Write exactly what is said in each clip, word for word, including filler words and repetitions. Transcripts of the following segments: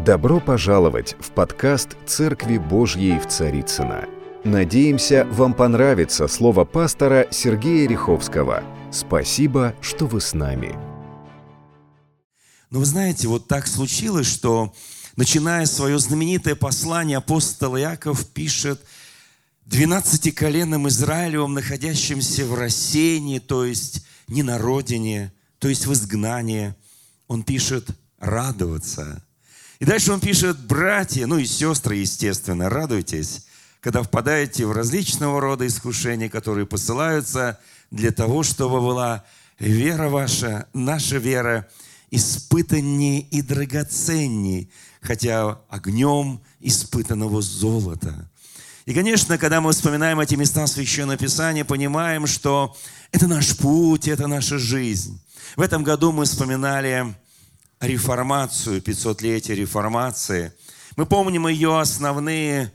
Добро пожаловать в подкаст «Церкви Божьей в Царицыно». Надеемся, вам понравится слово пастора Сергея Риховского. Спасибо, что вы с нами. Но вы знаете, вот так случилось, что, начиная свое знаменитое послание, апостол Иаков пишет двенадцати коленам Израилевым, находящимся в рассеянии, то есть не на родине, то есть в изгнании. Он пишет «радоваться». И дальше он пишет: братья, ну и сестры, естественно, радуйтесь, когда впадаете в различного рода искушения, которые посылаются для того, чтобы была вера ваша, наша вера, испытаннее и драгоценней, хотя огнем испытанного золота. И, конечно, когда мы вспоминаем эти места Священного Писания, понимаем, что это наш путь, это наша жизнь. В этом году мы вспоминали реформацию, пятисотлетие реформации. Мы помним ее основные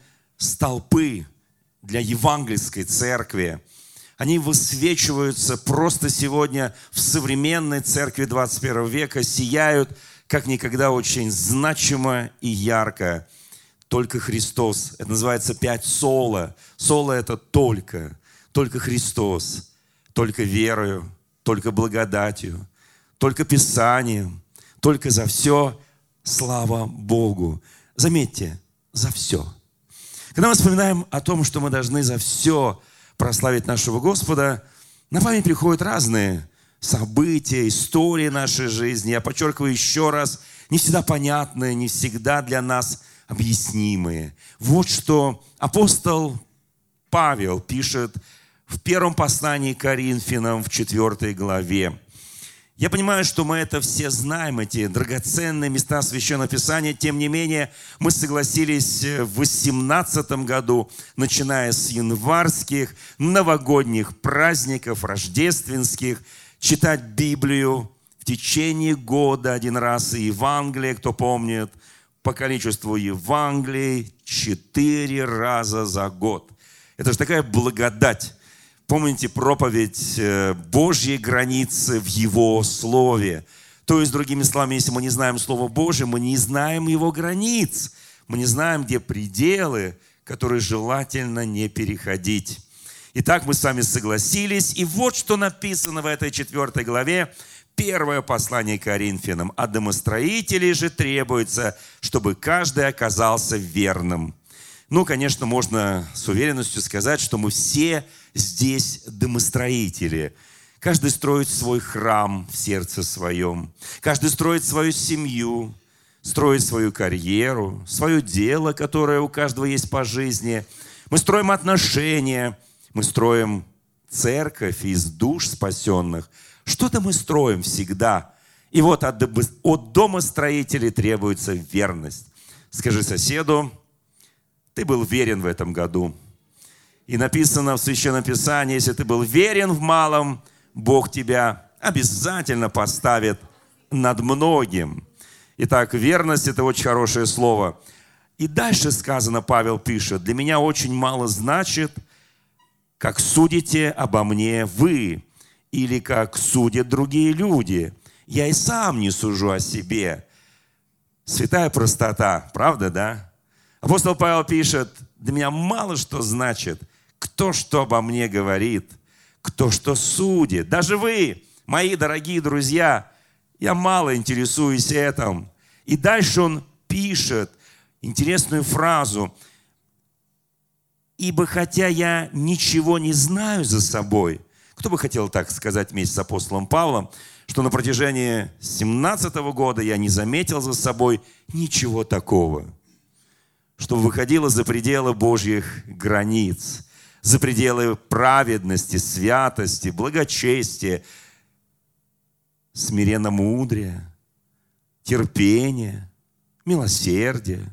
столпы для евангельской церкви. Они высвечиваются просто сегодня в современной церкви двадцать первого века, сияют как никогда очень значимо и ярко. Только Христос. Это называется пять соло. Соло – это только. Только Христос. Только верою. Только благодатью. Только Писанием. Только за все слава Богу. Заметьте, за все. Когда мы вспоминаем о том, что мы должны за все прославить нашего Господа, на память приходят разные события, истории нашей жизни. Я подчеркиваю еще раз, не всегда понятные, не всегда для нас объяснимые. Вот что апостол Павел пишет в первом послании к Коринфянам в четвёртой главе. Я понимаю, что мы это все знаем, эти драгоценные места Священного Писания. Тем не менее, мы согласились в восемнадцатом году, начиная с январских, новогодних праздников, рождественских, читать Библию в течение года один раз, и Евангелие, кто помнит, по количеству Евангелий четыре раза за год. Это же такая благодать. Помните проповедь Божьей границы в Его Слове. То есть, другими словами, если мы не знаем Слово Божие, мы не знаем Его границ. Мы не знаем, где пределы, которые желательно не переходить. Итак, мы с вами согласились. И вот что написано в этой четвёртой главе. Первое послание к Коринфянам. «От домостроителей же требуется, чтобы каждый оказался верным». Ну, конечно, можно с уверенностью сказать, что мы все здесь домостроители. Каждый строит свой храм в сердце своем. Каждый строит свою семью, строит свою карьеру, свое дело, которое у каждого есть по жизни. Мы строим отношения, мы строим церковь из душ спасенных. Что-то мы строим всегда. И вот от домостроителей требуется верность. Скажи соседу: ты был верен в этом году. И написано в Священном Писании: если ты был верен в малом, Бог тебя обязательно поставит над многим. Итак, верность – это очень хорошее слово. И дальше сказано, Павел пишет: для меня очень мало значит, как судите обо мне вы, или как судят другие люди. Я и сам не сужу о себе. Святая простота, правда, да? Апостол Павел пишет: для меня мало что значит, кто что обо мне говорит, кто что судит. Даже вы, мои дорогие друзья, я мало интересуюсь этим. И дальше он пишет интересную фразу: «Ибо хотя я ничего не знаю за собой». Кто бы хотел так сказать вместе с апостолом Павлом, что на протяжении семнадцатого года я не заметил за собой ничего такого, чтобы выходило за пределы Божьих границ, за пределы праведности, святости, благочестия, смиренномудрия, терпения, милосердия,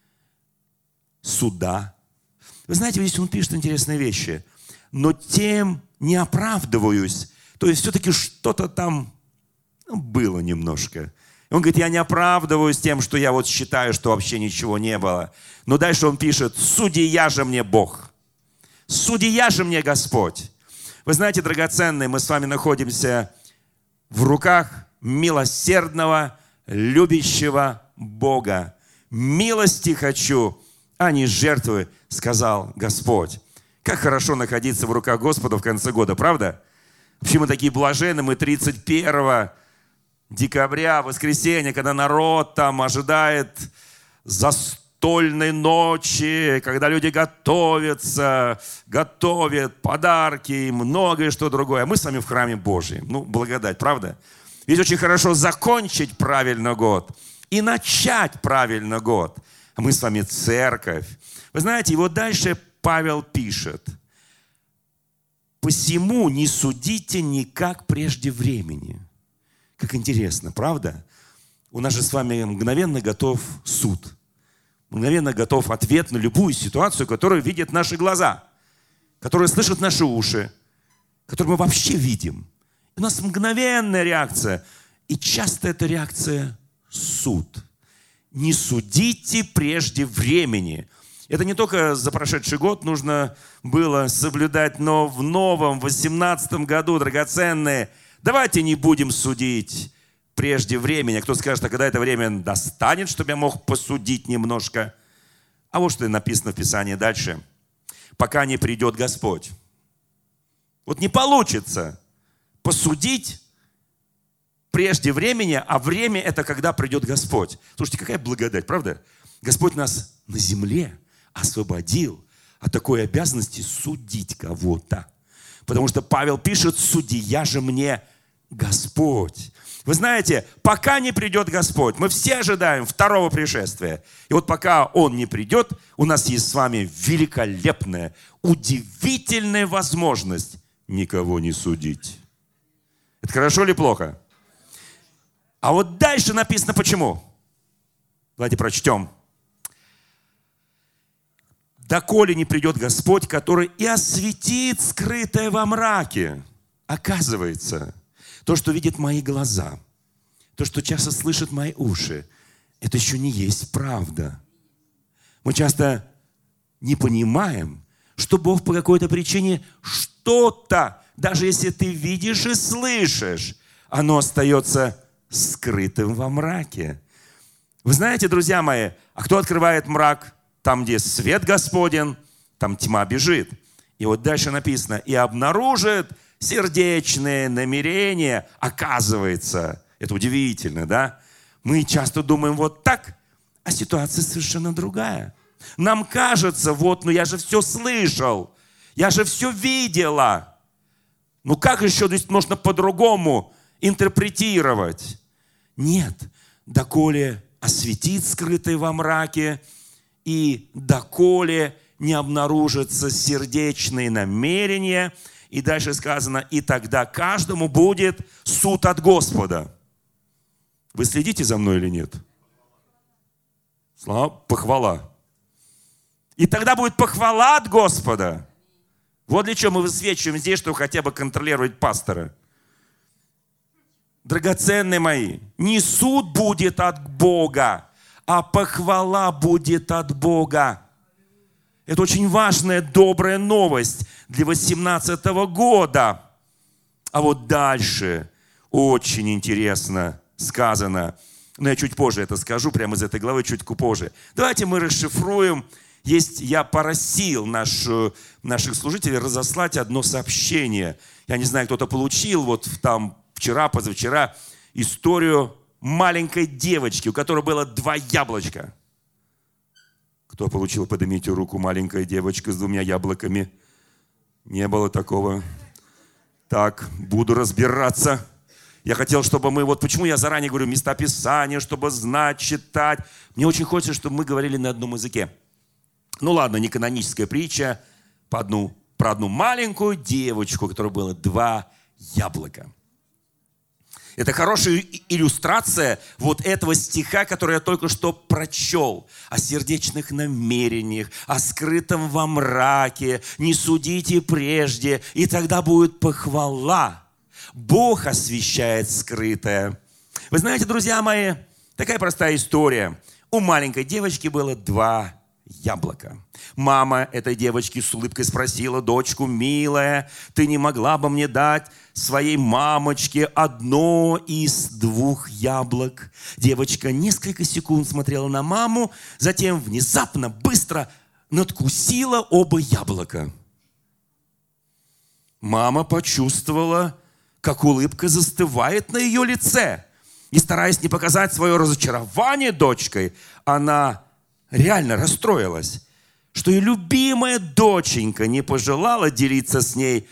суда. Вы знаете, здесь он пишет интересные вещи. «Но тем не оправдываюсь». То есть все-таки что-то там ну, было немножко. Он говорит: я не оправдываюсь тем, что я вот считаю, что вообще ничего не было. Но дальше он пишет: судья же мне Бог. Судья же мне Господь. Вы знаете, драгоценные, мы с вами находимся в руках милосердного, любящего Бога. милости хочу, а не жертвы, сказал Господь. Как хорошо находиться в руках Господа в конце года, правда? Вообще мы такие блаженные, мы тридцать первого декабря, воскресенье, когда народ там ожидает застольной ночи, когда люди готовятся, готовят подарки и многое что другое. А мы с вами в храме Божьем. Ну, благодать, правда? Ведь очень хорошо закончить правильно год и начать правильно год. А мы с вами церковь. Вы знаете, и вот дальше Павел пишет. «Посему не судите никак прежде времени». Как интересно, правда? У нас же с вами мгновенно готов суд. Мгновенно готов ответ на любую ситуацию, которую видят наши глаза, которую слышат наши уши, которую мы вообще видим. У нас мгновенная реакция. И часто эта реакция – суд. Не судите прежде времени. Это не только за прошедший год нужно было соблюдать, но в новом, восемнадцатом году, драгоценные, давайте не будем судить прежде времени. А кто скажет, а когда это время достанет, чтобы я мог посудить немножко? А вот что написано в Писании дальше. Пока не придет Господь. Вот не получится посудить прежде времени, а время это когда придет Господь. Слушайте, какая благодать, правда? Господь нас на земле освободил от такой обязанности судить кого-то. Потому что Павел пишет: «Судья же мне Господь». Вы знаете, пока не придет Господь, мы все ожидаем второго пришествия. И вот пока Он не придет, у нас есть с вами великолепная, удивительная возможность никого не судить. Это хорошо или плохо? А вот дальше написано почему. Давайте прочтем. «Доколе не придет Господь, который и осветит скрытое во мраке». Оказывается, то, что видят мои глаза, то, что часто слышат мои уши, это еще не есть правда. Мы часто не понимаем, что Бог по какой-то причине что-то, даже если ты видишь и слышишь, оно остается скрытым во мраке. Вы знаете, друзья мои, а кто открывает мрак? Там, где свет Господен, там тьма бежит. И вот дальше написано: «И обнаружит сердечные намерения». Оказывается, это удивительно, да? Мы часто думаем вот так, а ситуация совершенно другая. Нам кажется, вот, ну я же все слышал, я же все видела. Ну как еще здесь можно по-другому интерпретировать? Нет, доколе осветит скрытое во мраке, и доколе не обнаружатся сердечные намерения. И дальше сказано: и тогда каждому будет суд от Господа. Вы следите за мной или нет? Слава, похвала. И тогда будет похвала от Господа. Вот для чего мы высвечиваем здесь, чтобы хотя бы контролировать пастора. Драгоценные мои, не суд будет от Бога, а похвала будет от Бога. Это очень важная, добрая новость для восемнадцатого года. А вот дальше очень интересно сказано. Но я чуть позже это скажу, прямо из этой главы, чуть позже. Давайте мы расшифруем. Есть, я просил наш, наших служителей разослать одно сообщение. Я не знаю, кто-то получил, вот там вчера, позавчера, историю маленькой девочки, у которой было два яблочка. Кто получил, поднимите руку, маленькая девочка с двумя яблоками. Не было такого. Так, буду разбираться. Я хотел, чтобы мы, вот почему я заранее говорю места Писания, чтобы знать, читать. Мне очень хочется, чтобы мы говорили на одном языке. Ну ладно, не каноническая притча по одну, про одну маленькую девочку, у которой было два яблока. Это хорошая иллюстрация вот этого стиха, который я только что прочел. О сердечных намерениях, о скрытом во мраке. Не судите прежде, и тогда будет похвала. Бог освещает скрытое. Вы знаете, друзья мои, такая простая история. У маленькой девочки было два яблоко. Мама этой девочки с улыбкой спросила дочку: «Милая, ты не могла бы мне дать своей мамочке одно из двух яблок?» Девочка несколько секунд смотрела на маму, затем внезапно, быстро надкусила оба яблока. Мама почувствовала, как улыбка застывает на ее лице. И, стараясь не показать свое разочарование дочкой, она реально расстроилась, что и любимая доченька не пожелала делиться с ней.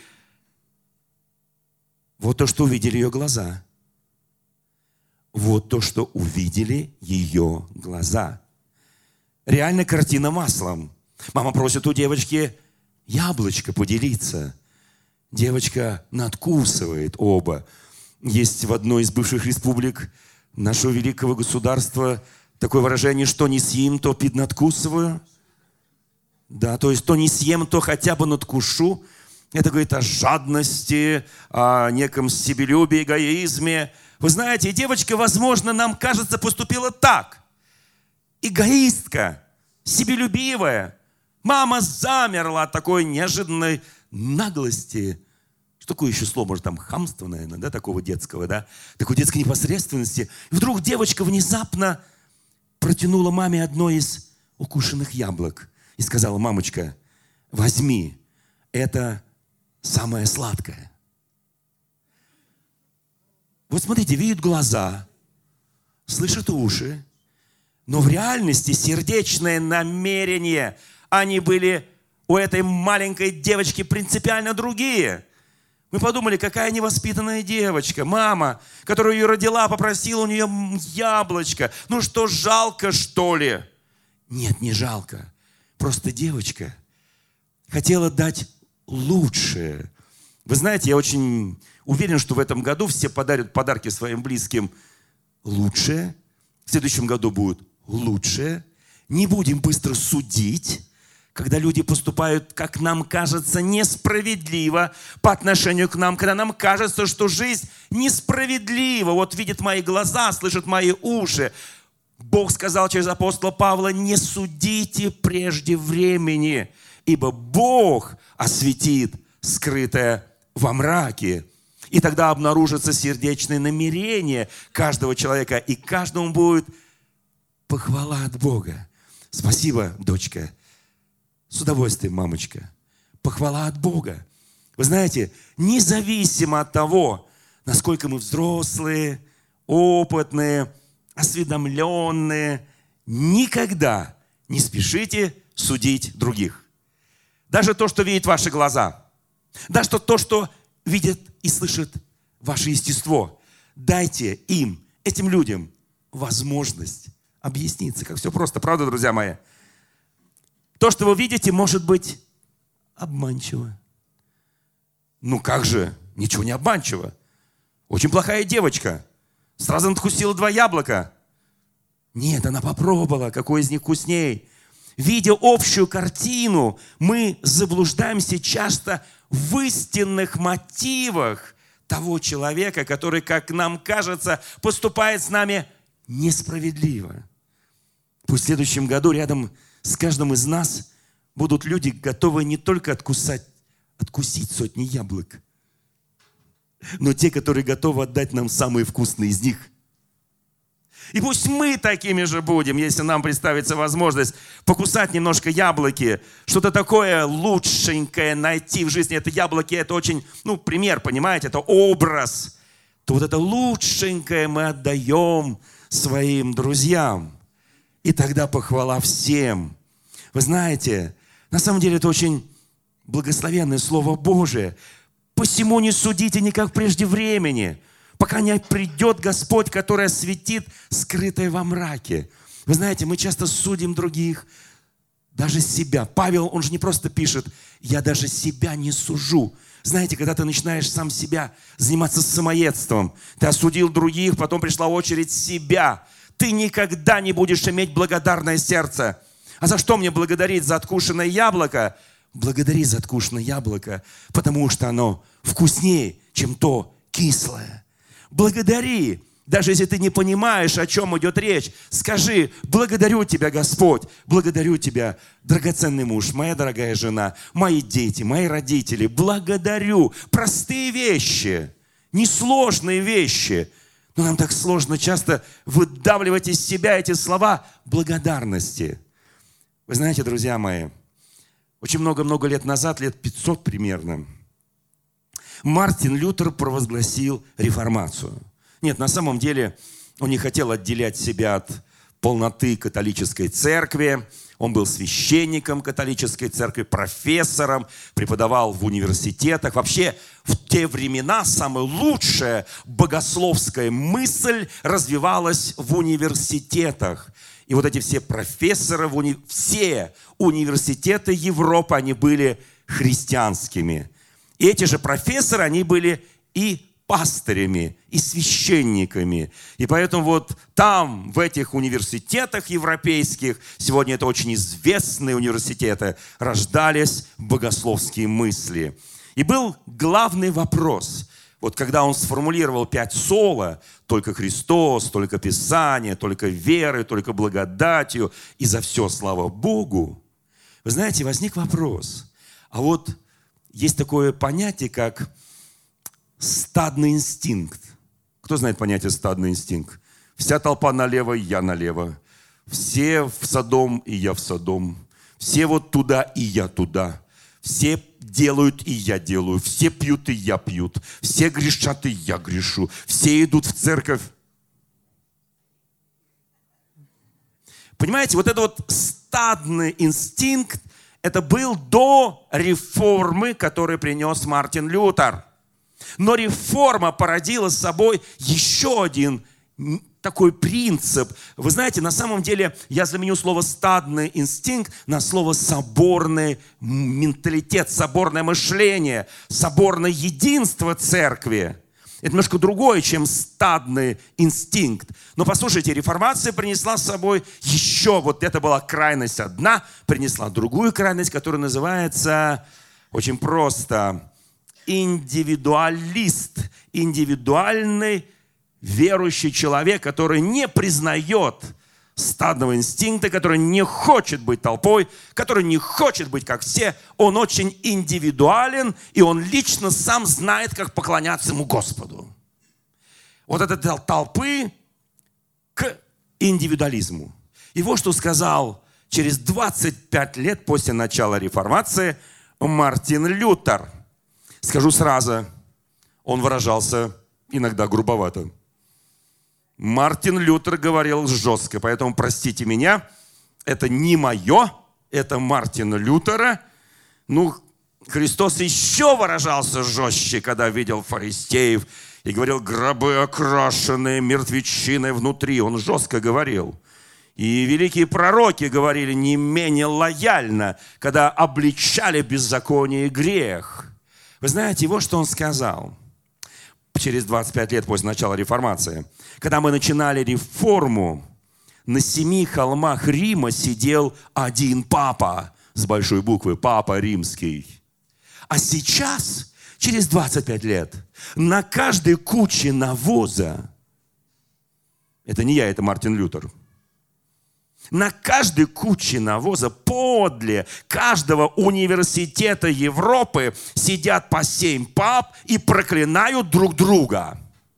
Вот то, что увидели ее глаза. Вот то, что увидели ее глаза. Реально картина маслом. Мама просит у девочки яблочко поделиться. Девочка надкусывает оба. Есть в одной из бывших республик нашего великого государства такое выражение: что не съем, то пид надкусываю. Да, то есть то не съем, то хотя бы надкушу. Это говорит о жадности, о неком себелюбии, эгоизме. Вы знаете, девочка, возможно, нам кажется, поступила так. Эгоистка, себелюбивая. Мама замерла от такой неожиданной наглости. Что такое еще слово? Может, там хамство, наверное, да, такого детского, да? Такой детской непосредственности. И вдруг девочка внезапно протянула маме одно из укушенных яблок и сказала: «Мамочка, возьми, это самое сладкое». Вот смотрите, видят глаза, слышат уши, но в реальности сердечное намерение, они были у этой маленькой девочки принципиально другие. Мы подумали, какая невоспитанная девочка. Мама, которую ее родила, попросила у нее яблочко. Ну что, жалко, что ли? Нет, не жалко. Просто девочка хотела дать лучшее. Вы знаете, я очень уверен, что в этом году все подарят подарки своим близким лучшее. В следующем году будет лучшее. Не будем быстро судить, когда люди поступают, как нам кажется, несправедливо по отношению к нам, когда нам кажется, что жизнь несправедлива. Вот видят мои глаза, слышат мои уши. Бог сказал через апостола Павла: не судите прежде времени, ибо Бог осветит скрытое во мраке. И тогда обнаружится сердечное намерение каждого человека, и каждому будет похвала от Бога. Спасибо, дочка. С удовольствием, мамочка. Похвала от Бога. Вы знаете, независимо от того, насколько мы взрослые, опытные, осведомленные, никогда не спешите судить других. Даже то, что видят ваши глаза. Даже то, что видит и слышит ваше естество. Дайте им, этим людям, возможность объясниться. Как все просто, правда, друзья мои? То, что вы видите, может быть обманчиво. Ну как же? Ничего не обманчиво. Очень плохая девочка. Сразу надкусила два яблока. Нет, она попробовала, какой из них вкусней. Видя общую картину, мы заблуждаемся часто в истинных мотивах того человека, который, как нам кажется, поступает с нами несправедливо. Пусть в следующем году рядом с каждым из нас будут люди, готовые не только откусать, откусить сотни яблок, но те, которые готовы отдать нам самые вкусные из них. И пусть мы такими же будем, если нам представится возможность покусать немножко яблоки, что-то такое лучшенькое найти в жизни. Это яблоки, это очень, ну, пример, понимаете, это образ. То вот это лучшенькое мы отдаем своим друзьям. И тогда похвала всем. Вы знаете, на самом деле это очень благословенное Слово Божие. «Посему не судите никак прежде времени, пока не придет Господь, который осветит скрытое во мраке». Вы знаете, мы часто судим других, даже себя. Павел, он же не просто пишет: «Я даже себя не сужу». Знаете, когда ты начинаешь сам себя заниматься самоедством, ты осудил других, потом пришла очередь себя. Ты никогда не будешь иметь благодарное сердце. А за что мне благодарить? За откушенное яблоко? Благодари за откушенное яблоко, потому что оно вкуснее, чем то кислое. Благодари Даже если ты не понимаешь, о чем идет речь, скажи: благодарю Тебя, Господь, благодарю Тебя, драгоценный муж, моя дорогая жена, мои дети, мои родители, благодарю. Простые вещи, несложные вещи. Но нам так сложно часто выдавливать из себя эти слова благодарности. Вы знаете, друзья мои, очень много-много лет назад, лет пятьсот примерно, Мартин Лютер провозгласил реформацию. Нет, на самом деле он не хотел отделять себя от полноты католической церкви. Он был священником католической церкви, профессором, преподавал в университетах. Вообще, в те времена самая лучшая богословская мысль развивалась в университетах. И вот эти все профессоры, уни... все университеты Европы, они были христианскими. И эти же профессоры, они были и пастырями, и священниками. И поэтому вот там, в этих университетах европейских, сегодня это очень известные университеты, рождались богословские мысли. И был главный вопрос. Вот когда он сформулировал пять сола, только Христос, только Писание, только верой, только благодатью, и за все слава Богу, вы знаете, возник вопрос. А вот есть такое понятие, как стадный инстинкт. Кто знает понятие стадный инстинкт? Вся толпа налево, я налево. Все в Содом, и я в Содом. Все вот туда, и я туда. Все делают, и я делаю. Все пьют, и я пьют. Все грешат, и я грешу. Все идут в церковь. Понимаете, вот это вот стадный инстинкт, это был до реформы, которую принес Мартин Лютер. Но реформа породила с собой еще один такой принцип. Вы знаете, на самом деле я заменю слово «стадный инстинкт» на слово «соборный менталитет», «соборное мышление», «соборное единство церкви». Это немножко другое, чем стадный инстинкт. Но послушайте, реформация принесла с собой еще, вот это была крайность одна, принесла другую крайность, которая называется очень просто индивидуалист, индивидуальный верующий человек, который не признает стадного инстинкта, который не хочет быть толпой, который не хочет быть как все. Он очень индивидуален, и он лично сам знает, как поклоняться ему Господу. Вот это толпы к индивидуализму. И вот что сказал через двадцать пять лет после начала реформации Мартин Лютер. Скажу сразу, он выражался иногда грубовато. Мартин Лютер говорил жестко, поэтому простите меня, это не мое, это Мартина Лютера. Ну, Христос еще выражался жестче, когда видел фарисеев и говорил: гробы окрашенные мертвечиной внутри. Он жестко говорил. И великие пророки говорили не менее лояльно, когда обличали беззаконие и грех. Вы знаете, вот что он сказал через двадцать пять лет после начала реформации. Когда мы начинали реформу, на семи холмах Рима сидел один папа, с большой буквы, папа римский. А сейчас, через двадцать пять лет, на каждой куче навоза, это не я, это Мартин Лютер, на каждой куче навоза подле каждого университета Европы сидят по семь пап и проклинают друг друга.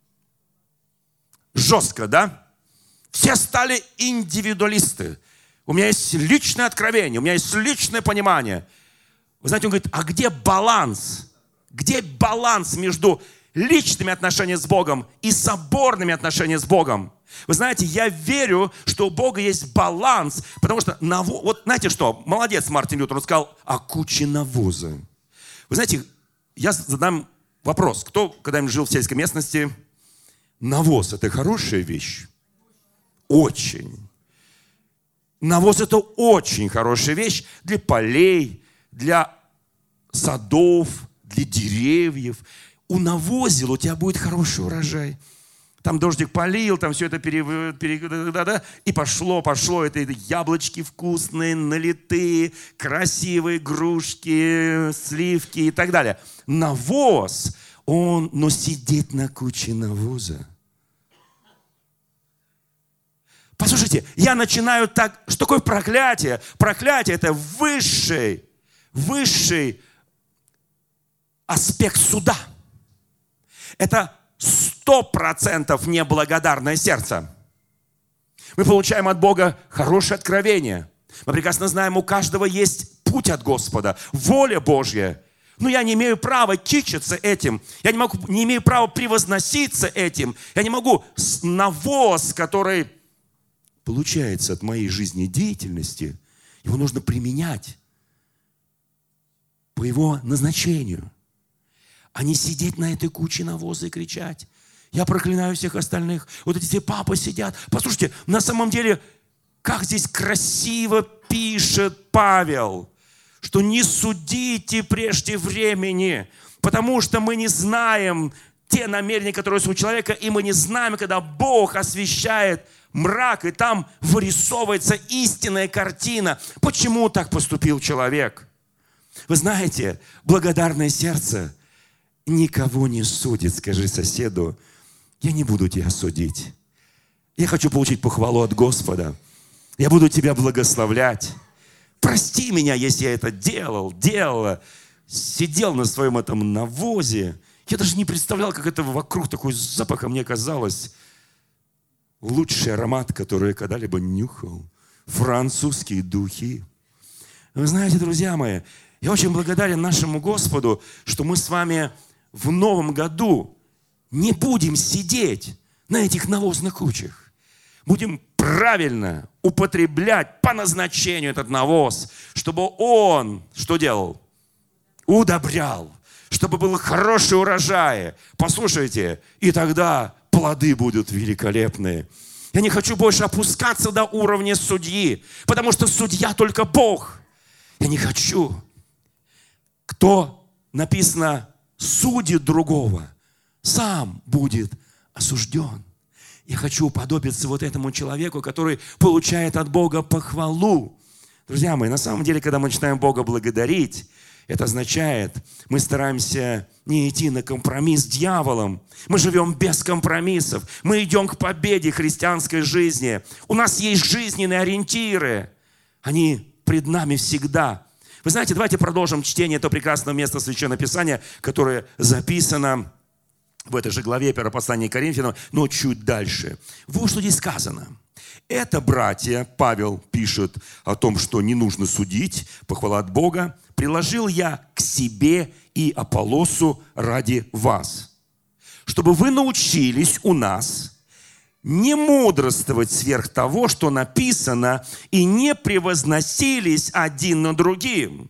Жестко, да? Все стали индивидуалисты. У меня есть личное откровение, у меня есть личное понимание. Вы знаете, он говорит: а где баланс? Где баланс между личными отношениями с Богом и соборными отношениями с Богом? Вы знаете, я верю, что у Бога есть баланс, потому что, наво... вот знаете что, молодец Мартин Лютер, он сказал о куче навоза. Вы знаете, я задам вопрос, кто когда-нибудь жил в сельской местности? Навоз – это хорошая вещь? Очень. Навоз – это очень хорошая вещь для полей, для садов, для деревьев. Унавозил, у тебя будет хороший урожай. Там дождик полил, там все это пере, пере, да, да, и пошло, пошло. Это, это яблочки вкусные, налитые, красивые, грушки, сливки и так далее. Навоз, он, но сидеть на куче навоза. Послушайте, я начинаю так... Что такое проклятие? Проклятие – это высший, высший аспект суда. Это сто процентов неблагодарное сердце. Мы получаем от Бога хорошее откровение. Мы прекрасно знаем, у каждого есть путь от Господа, воля Божья. Но я не имею права кичиться этим. Я не, могу, не имею права превозноситься этим. Я не могу навоз, который получается от моей жизнедеятельности, его нужно применять по его назначению, а не сидеть на этой куче навоза и кричать: я проклинаю всех остальных. Вот эти все папы сидят. Послушайте, на самом деле, как здесь красиво пишет Павел, что не судите прежде времени, потому что мы не знаем те намерения, которые есть у человека, и мы не знаем, когда Бог освещает мрак, и там вырисовывается истинная картина. Почему так поступил человек? Вы знаете, благодарное сердце никого не судит. Скажи соседу: я не буду тебя судить. Я хочу получить похвалу от Господа. Я буду тебя благословлять. Прости меня, если я это делал, делала, сидел на своем этом навозе. Я даже не представлял, как это вокруг такой запах, а мне казалось, лучший аромат, который я когда-либо нюхал. Французские духи. Вы знаете, друзья мои, я очень благодарен нашему Господу, что мы с вами в новом году не будем сидеть на этих навозных кучах. Будем правильно употреблять по назначению этот навоз, чтобы он что делал? Удобрял, чтобы был хороший урожай. Послушайте, и тогда плоды будут великолепные. Я не хочу больше опускаться до уровня судьи, потому что судья только Бог. Я не хочу. Кто, написано, судит другого, сам будет осужден. Я хочу уподобиться вот этому человеку, который получает от Бога похвалу. Друзья мои, на самом деле, когда мы начинаем Бога благодарить, это означает, мы стараемся не идти на компромисс с дьяволом. Мы живем без компромиссов. Мы идем к победе христианской жизни. У нас есть жизненные ориентиры. Они пред нами всегда. Вы знаете, давайте продолжим чтение этого прекрасного места Священного Писания, которое записано в этой же главе первого послания к Коринфянам, но чуть дальше. Вот что здесь сказано. Это, братья, Павел пишет о том, что не нужно судить, похвала от Бога, приложил я к себе и Аполлосу ради вас, чтобы вы научились у нас не мудрствовать сверх того, что написано, и не превозносились один над другим.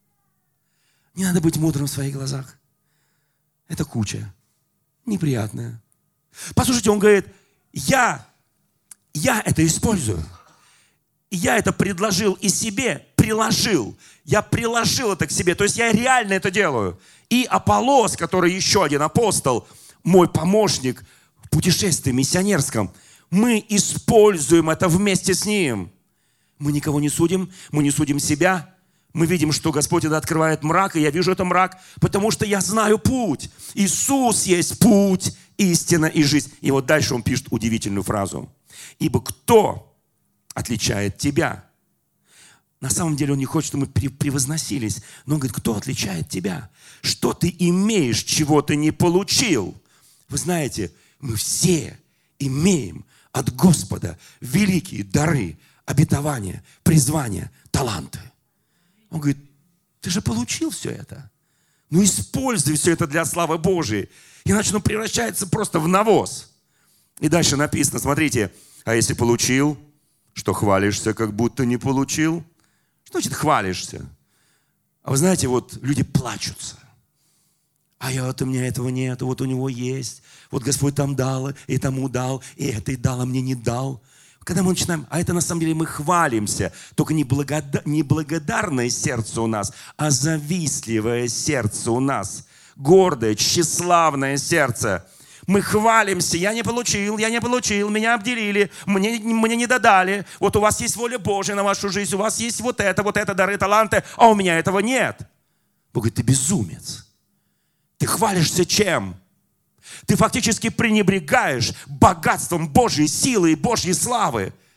Не надо быть мудрым в своих глазах. Это куча. Неприятная. Послушайте, он говорит, я, я это использую. Я это предложил и себе приложил. Я приложил это к себе. То есть я реально это делаю. И Аполлос, который еще один апостол, мой помощник в путешествии миссионерском, мы используем это вместе с ним. Мы никого не судим, мы не судим себя. Мы видим, что Господь это открывает мрак, и я вижу это мрак, потому что я знаю путь. Иисус есть путь, истина и жизнь. И вот дальше он пишет удивительную фразу. Ибо кто отличает тебя? На самом деле он не хочет, чтобы мы превозносились, но он говорит, кто отличает тебя? Что ты имеешь, чего ты не получил? Вы знаете, мы все имеем от Господа великие дары, обетования, призвания, таланты. Он говорит, ты же получил все это. Ну используй все это для славы Божией. Иначе оно превращается просто в навоз. И дальше написано, смотрите, а если получил, что хвалишься, как будто не получил? Что значит хвалишься? А вы знаете, вот люди плачутся. А я, вот у меня этого нет, вот у него есть. Вот Господь там дал, и тому дал, и это и дал, а мне не дал. Когда мы начинаем, а это на самом деле мы хвалимся, только не, благодар, не благодарное сердце у нас, а завистливое сердце у нас, гордое, тщеславное сердце. Мы хвалимся, я не получил, я не получил, меня обделили, мне, мне не додали. Вот у вас есть воля Божья на вашу жизнь, у вас есть вот это, вот это, дары, таланты, а у меня этого нет. Бог говорит, ты безумец. Ты хвалишься чем? Ты фактически пренебрегаешь богатством Божьей силы и Божьей славы.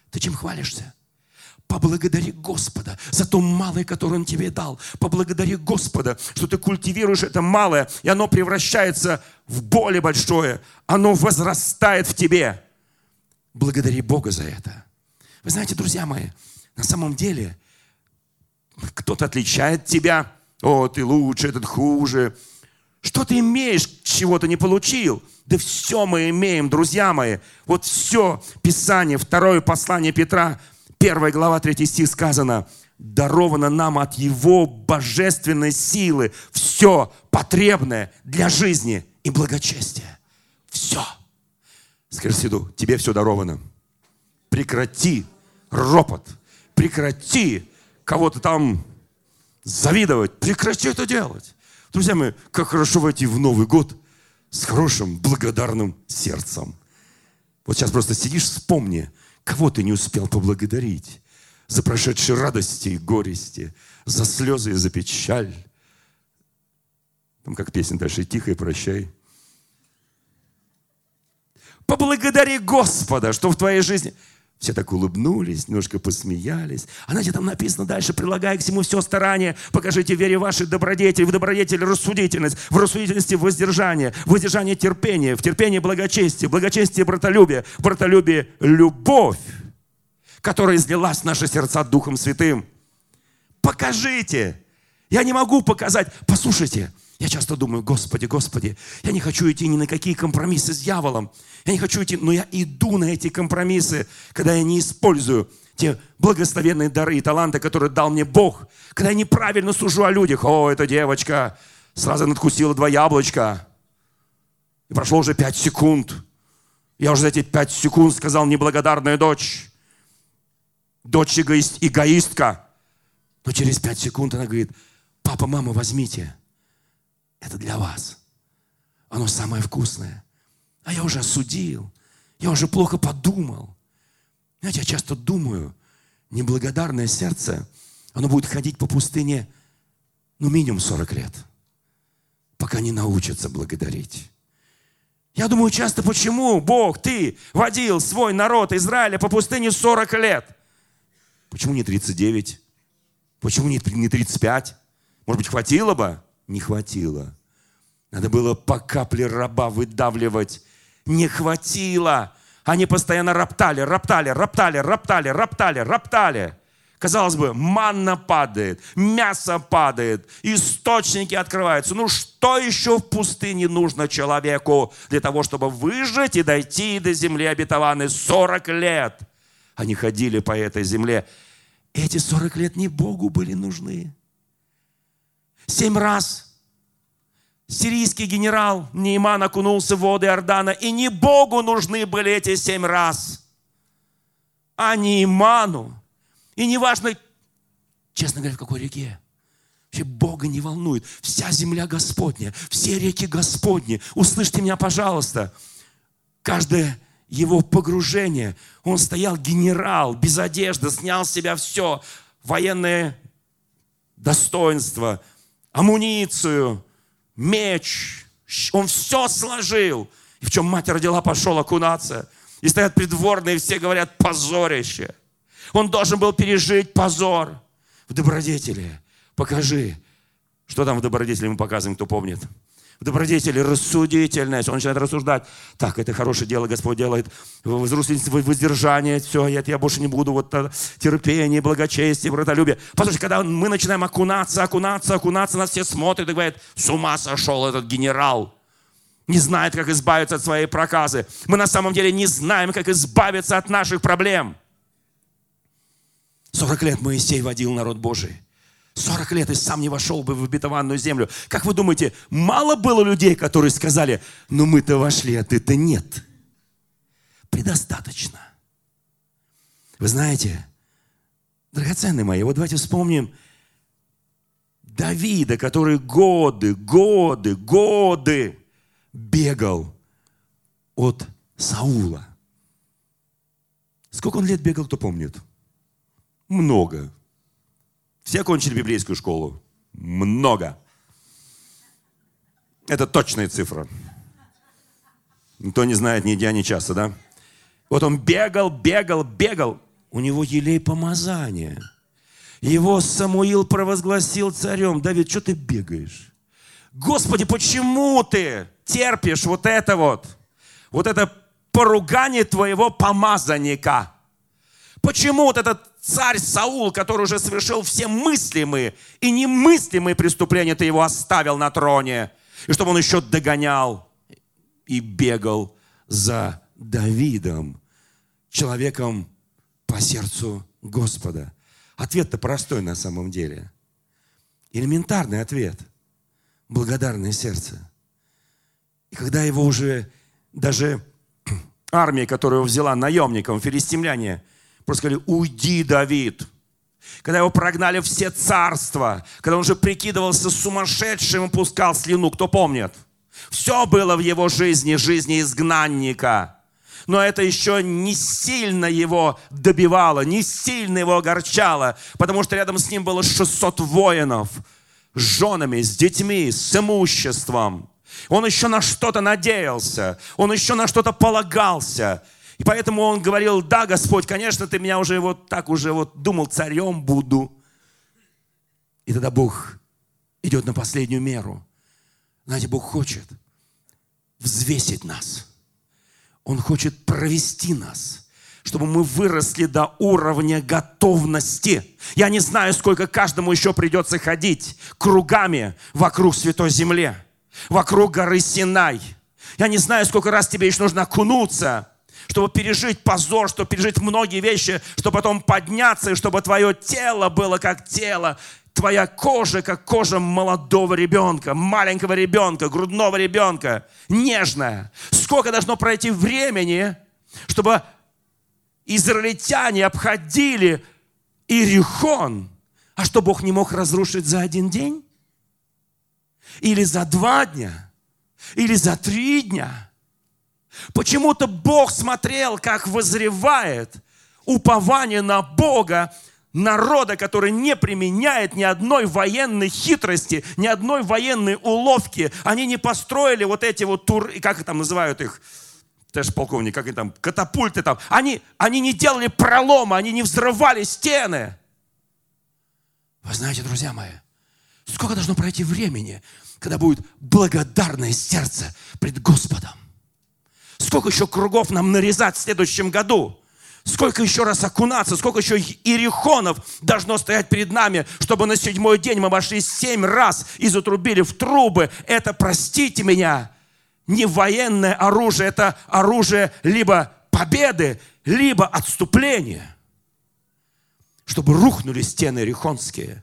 Ты чем хвалишься? Поблагодари Господа за то малое, которое Он тебе дал. Поблагодари Господа, что ты культивируешь это малое, и оно превращается в более большое. Оно возрастает в тебе. Благодари Бога за это. Вы знаете, друзья мои, на самом деле кто-то отличает тебя. О, ты лучше, этот хуже. Что ты имеешь, чего ты не получил? Да все мы имеем, друзья мои. Вот все Писание, второе послание Петра, первая глава, третий стих сказано: даровано нам от Его божественной силы все потребное для жизни и благочестия. Все. Скажи соседу: тебе все даровано. Прекрати ропот. Прекрати кого-то там завидовать. Прекрати это делать. Друзья мои, как хорошо войти в Новый год с хорошим, благодарным сердцем. Вот сейчас просто сидишь, вспомни, кого ты не успел поблагодарить за прошедшие радости и горести, за слезы и за печаль. Там как песня дальше: тихо и прощай. Поблагодари Господа, что в твоей жизни... Все так улыбнулись, немножко посмеялись. А знаете, там написано дальше: прилагая к всему все старание, покажите в вере вашей добродетель, в добродетели рассудительность, в рассудительности воздержание, в воздержании терпение, в терпении благочестие, в благочестии братолюбие, в братолюбии любовь, которая излилась в наши сердца Духом Святым. Покажите. Я не могу показать. Послушайте, я часто думаю: Господи, Господи, я не хочу идти ни на какие компромиссы с дьяволом. Я не хочу идти, но я иду на эти компромиссы, когда я не использую те благословенные дары и таланты, которые дал мне Бог. Когда я неправильно сужу о людях. О, эта девочка сразу надкусила два яблочка. И прошло уже пять секунд. Я уже за эти пять секунд сказал: неблагодарная дочь. Дочь эгоист, эгоистка. Но через пять секунд она говорит: папа, мама, возьмите. Это для вас. Оно самое вкусное. А я уже осудил. Я уже плохо подумал. Знаете, я часто думаю, неблагодарное сердце, оно будет ходить по пустыне, ну, минимум сорок лет, пока не научится благодарить. Я думаю часто, почему, Бог, Ты водил свой народ Израиля по пустыне сорок лет? Почему не тридцать девять? Почему не тридцать пять? Может быть, хватило бы? Не хватило. Надо было по капле раба выдавливать. Не хватило. Они постоянно роптали, роптали, роптали, роптали, роптали, роптали. Казалось бы, манна падает, мясо падает, источники открываются. Ну что еще в пустыне нужно человеку для того, чтобы выжить и дойти до земли обетованной? сорок лет они ходили по этой земле. Эти сорок лет не Богу были нужны. Семь раз сирийский генерал Нейман окунулся в воды Иордана, и не Богу нужны были эти семь раз, а Нейману. И неважно, честно говоря, в какой реке. Вообще Бога не волнует. Вся земля Господня, все реки Господни. Услышьте меня, пожалуйста. Каждое его погружение, он стоял генерал, без одежды, снял с себя все, военное достоинство, амуницию, меч. Он все сложил. И в чем мать родила, пошел окунаться. И стоят придворные, все говорят: позорище. Он должен был пережить позор. В добродетели покажи. Что там в добродетели мы показываем, кто помнит? В добродетели рассудительность. Он начинает рассуждать. Так, это хорошее дело Господь делает. Взрослительство, воздержание. Все, это я больше не буду. Вот терпение, благочестие, братолюбие. Послушайте, когда мы начинаем окунаться, окунаться, окунаться, нас все смотрят и говорят: с ума сошел этот генерал. Не знает, как избавиться от своей проказы. Мы на самом деле не знаем, как избавиться от наших проблем. Сорок лет Моисей водил народ Божий. сорок лет и сам не вошел бы в обетованную землю. Как вы думаете, мало было людей, которые сказали: ну мы-то вошли, а ты-то нет? Предостаточно. Вы знаете, драгоценные мои, вот давайте вспомним Давида, который годы, годы, годы бегал от Саула. Сколько он лет бегал, кто помнит? Много. Все окончили библейскую школу? Много. Это точная цифра. Никто не знает ни дня, ни часа, да? Вот он бегал, бегал, бегал. у него елей помазания. Его Самуил провозгласил царем. Давид, что ты бегаешь? Господи, почему ты терпишь вот это вот, вот это поругание твоего помазанника? Почему вот этот царь Саул, который уже совершил все мыслимые и немыслимые преступления, ты его оставил на троне? И чтобы он еще догонял и бегал за Давидом, человеком по сердцу Господа. Ответ-то простой на самом деле. Элементарный ответ. Благодарное сердце. И когда его уже даже армия, которую взяла наемником, филистимляне, просто сказали: уйди, Давид. Когда его прогнали все царства, когда он уже прикидывался сумасшедшим и пускал слюну, кто помнит? Все было в его жизни, жизни изгнанника. Но это еще не сильно его добивало, не сильно его огорчало, потому что рядом с ним было шестьсот воинов с женами, с детьми, с имуществом. Он еще на что-то надеялся, он еще на что-то полагался. И поэтому он говорил: да, Господь, конечно, ты меня уже вот так уже вот думал, царем буду. И тогда Бог идет на последнюю меру. Знаете, Бог хочет взвесить нас. Он хочет провести нас, чтобы мы выросли до уровня готовности. Я не знаю, сколько каждому еще придется ходить кругами вокруг Святой Земли, вокруг горы Синай. Я не знаю, сколько раз тебе еще нужно окунуться, чтобы пережить позор, чтобы пережить многие вещи, чтобы потом подняться, и чтобы твое тело было как тело, твоя кожа как кожа молодого ребенка, маленького ребенка, грудного ребенка, нежная. Сколько должно пройти времени, чтобы израильтяне обходили Иерихон, а что Бог не мог разрушить за один день? Или за два дня? Или за три дня? Почему-то Бог смотрел, как возревает упование на Бога народа, который не применяет ни одной военной хитрости, ни одной военной уловки. Они не построили вот эти вот тур, как там называют их, ты же полковник, как они там, катапульты там. Они, они не делали пролома, они не взрывали стены. Вы знаете, друзья мои, сколько должно пройти времени, когда будет благодарное сердце пред Господом? Сколько еще кругов нам нарезать в следующем году? Сколько еще раз окунаться, сколько еще иерихонов должно стоять перед нами, чтобы на седьмой день мы вошли семь раз и затрубили в трубы. Это, простите меня, не военное оружие, это оружие либо победы, либо отступления. Чтобы рухнули стены иерихонские.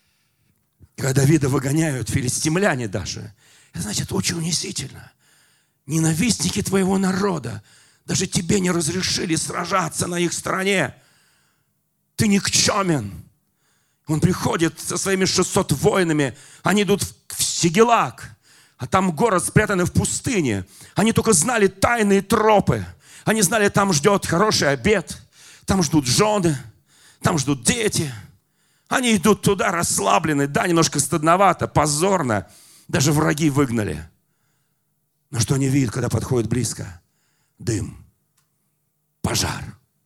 Когда Давида выгоняют, филистимляне даже, это значит очень унизительно. Ненавистники твоего народа даже тебе не разрешили сражаться на их стороне. Ты никчемен. Он приходит со своими шестьсот воинами. Они идут в Сигелак, а там город спрятанный в пустыне. Они только знали тайные тропы. Они знали, там ждет хороший обед, там ждут жены, там ждут дети. Они идут туда расслаблены. Да, немножко стыдновато, позорно. Даже враги выгнали. Но что они видят, когда подходят близко? Дым, пожар.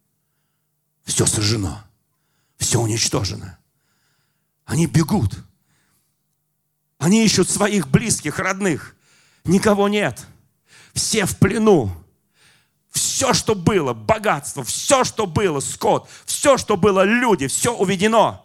Все сожжено, все уничтожено. Они бегут. Они ищут своих близких, родных. Никого нет. Все в плену. Все, что было, богатство, все, что было, скот, все, что было, люди, все уведено.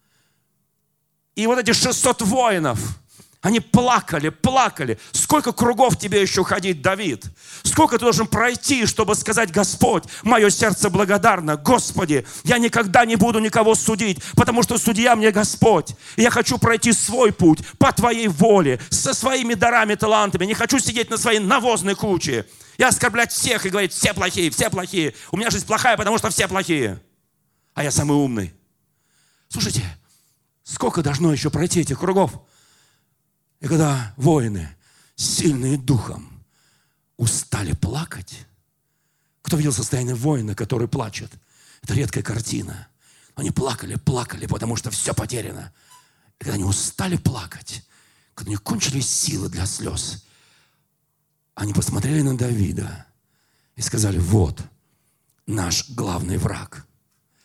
И вот эти шестьсот воинов, они плакали, плакали. Сколько кругов тебе еще ходить, Давид? Сколько ты должен пройти, чтобы сказать: Господь, мое сердце благодарно. Господи, я никогда не буду никого судить, потому что судья мне Господь. И я хочу пройти свой путь по Твоей воле, со своими дарами, талантами. Не хочу сидеть на своей навозной куче и оскорблять всех и говорить: все плохие, все плохие. У меня жизнь плохая, потому что все плохие. А я самый умный. Слушайте, сколько должно еще пройти этих кругов? И когда воины, сильные духом, устали плакать. Кто видел состояние воина, который плачет? Это редкая картина. Они плакали, плакали, потому что все потеряно. И когда они устали плакать, когда у них кончились силы для слез, они посмотрели на Давида и сказали: вот наш главный враг.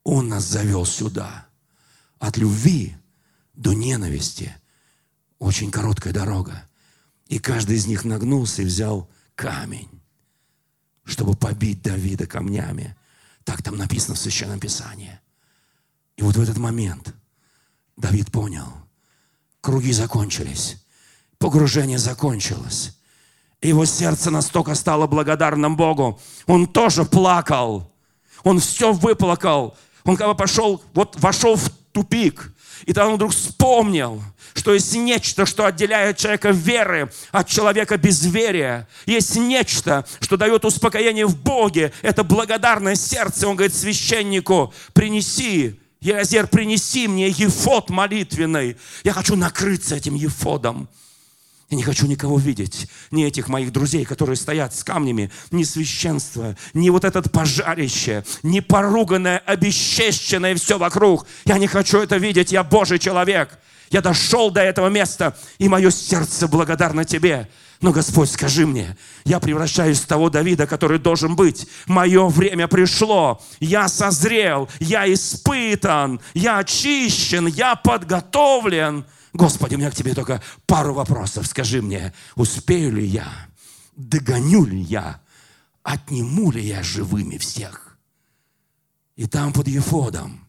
Он нас завел сюда. От любви до ненависти очень короткая дорога. И каждый из них нагнулся и взял камень, чтобы побить Давида камнями. Так там написано в Священном Писании. И вот в этот момент Давид понял, круги закончились, погружение закончилось. И его сердце настолько стало благодарным Богу. Он тоже плакал. Он все выплакал. Он как бы пошел, вот вошел в тупик. И тогда он вдруг вспомнил, что есть нечто, что отделяет человека веры от человека безверия. Есть нечто, что дает успокоение в Боге. Это благодарное сердце. Он говорит священнику: принеси, Елазар, принеси мне ефод молитвенный. Я хочу накрыться этим ефодом. Я не хочу никого видеть, ни этих моих друзей, которые стоят с камнями, ни священства, ни вот этот пожарище, ни поруганное, обесчещенное все вокруг. Я не хочу это видеть, я Божий человек. Я дошел до этого места, и мое сердце благодарно Тебе. Но, Господь, скажи мне, я превращаюсь в того Давида, который должен быть. Мое время пришло, я созрел, я испытан, я очищен, я подготовлен. Господи, у меня к Тебе только пару вопросов. Скажи мне, успею ли я, догоню ли я, отниму ли я живыми всех? И там под ефодом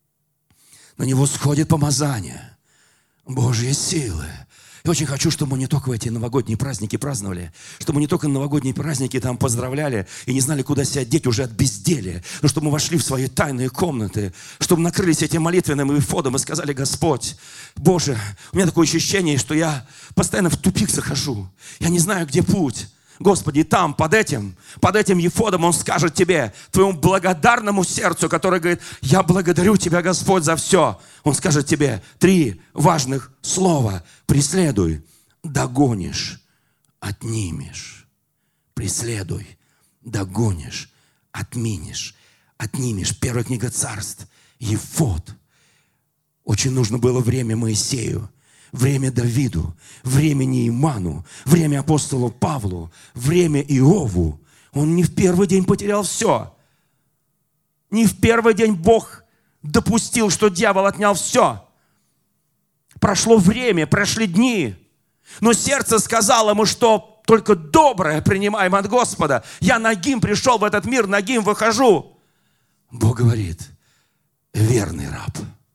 на него сходит помазание Божьей силы. Я очень хочу, чтобы мы не только в эти новогодние праздники праздновали, чтобы мы не только на новогодние праздники там поздравляли и не знали, куда себя деть уже от безделия, но чтобы мы вошли в свои тайные комнаты, чтобы накрылись этим молитвенным эфодом и сказали: Господь, Боже, у меня такое ощущение, что я постоянно в тупик захожу, я не знаю, где путь. Господи, там, под этим, под этим ефодом Он скажет тебе, твоему благодарному сердцу, которое говорит: я благодарю Тебя, Господь, за все. Он скажет тебе три важных слова: преследуй, догонишь, отнимешь. Преследуй, догонишь, отменишь, отнимешь. Первая книга Царств, ефод. Очень нужно было время Моисею, время Давиду, время Нейману, время апостолу Павлу, время Иову. Он не в первый день потерял все. Не в первый день Бог допустил, что дьявол отнял все. Прошло время, прошли дни. Но сердце сказало ему, что только доброе принимаем от Господа. Я нагим пришел в этот мир, нагим выхожу. Бог говорит: верный раб.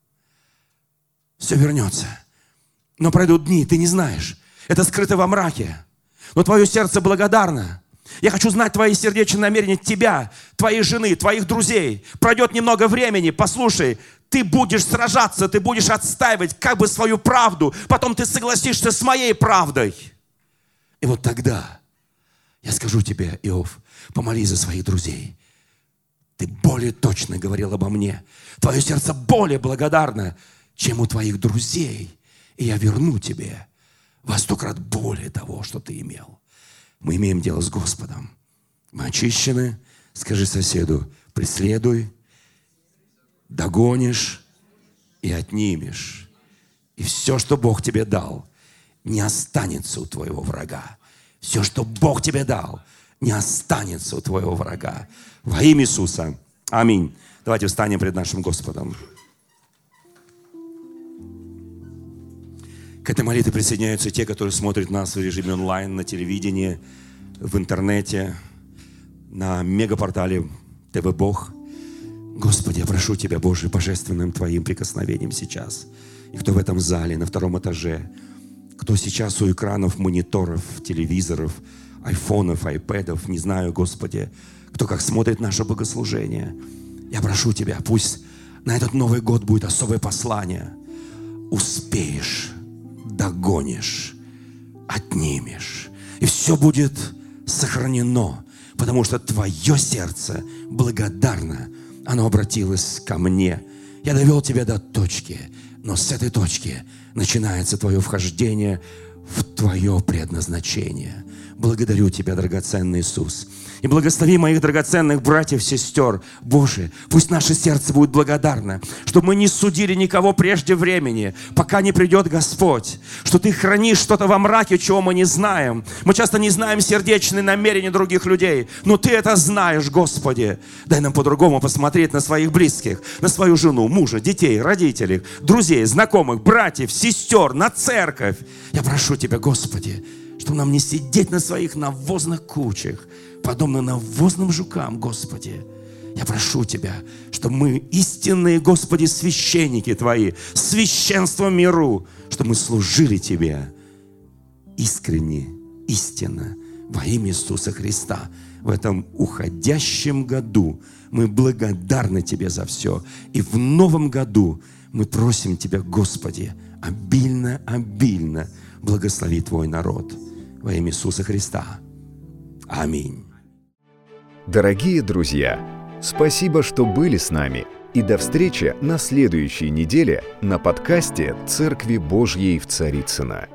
Все вернется. Но пройдут дни, ты не знаешь. Это скрыто во мраке. Но твое сердце благодарно. Я хочу знать твои сердечные намерения, тебя, твоей жены, твоих друзей. Пройдет немного времени, послушай, ты будешь сражаться, ты будешь отстаивать как бы свою правду. Потом ты согласишься с моей правдой. И вот тогда я скажу тебе: Иов, помолись за своих друзей. Ты более точно говорил обо мне. Твое сердце более благодарно, чем у твоих друзей. И я верну тебе во сто крат более того, что ты имел. Мы имеем дело с Господом. Мы очищены. Скажи соседу: преследуй, догонишь и отнимешь. И все, что Бог тебе дал, не останется у твоего врага. Все, что Бог тебе дал, не останется у твоего врага. Во имя Иисуса. Аминь. Давайте встанем пред нашим Господом. К этой молитве присоединяются те, которые смотрят нас в режиме онлайн, на телевидении, в интернете, на мегапортале тэ вэ Бог. Господи, я прошу Тебя, Боже, божественным Твоим прикосновением сейчас. И кто в этом зале, на втором этаже, кто сейчас у экранов мониторов, телевизоров, айфонов, айпэдов, не знаю, Господи, кто как смотрит наше богослужение. Я прошу Тебя, пусть на этот Новый год будет особое послание. Успеешь, догонишь, отнимешь. И все будет сохранено, потому что твое сердце благодарно. Оно обратилось ко мне. Я довел тебя до точки, но с этой точки начинается твое вхождение в твое предназначение. Благодарю Тебя, драгоценный Иисус. И благослови моих драгоценных братьев, сестер. Боже, пусть наше сердце будет благодарно, чтобы мы не судили никого прежде времени, пока не придет Господь, что Ты хранишь что-то во мраке, чего мы не знаем. Мы часто не знаем сердечные намерения других людей, но Ты это знаешь, Господи. Дай нам по-другому посмотреть на своих близких, на свою жену, мужа, детей, родителей, друзей, знакомых, братьев, сестер, на церковь. Я прошу Тебя, Господи, чтобы нам не сидеть на своих навозных кучах, подобно навозным жукам, Господи. Я прошу Тебя, чтобы мы истинные, Господи, священники Твои, священством миру, чтобы мы служили Тебе искренне, истинно, во имя Иисуса Христа. В этом уходящем году мы благодарны Тебе за все. И в новом году мы просим Тебя, Господи, обильно, обильно благослови Твой народ. Во имя Иисуса Христа. Аминь. Дорогие друзья, спасибо, что были с нами. И до встречи на следующей неделе на подкасте «Церкви Божьей в Царицыно».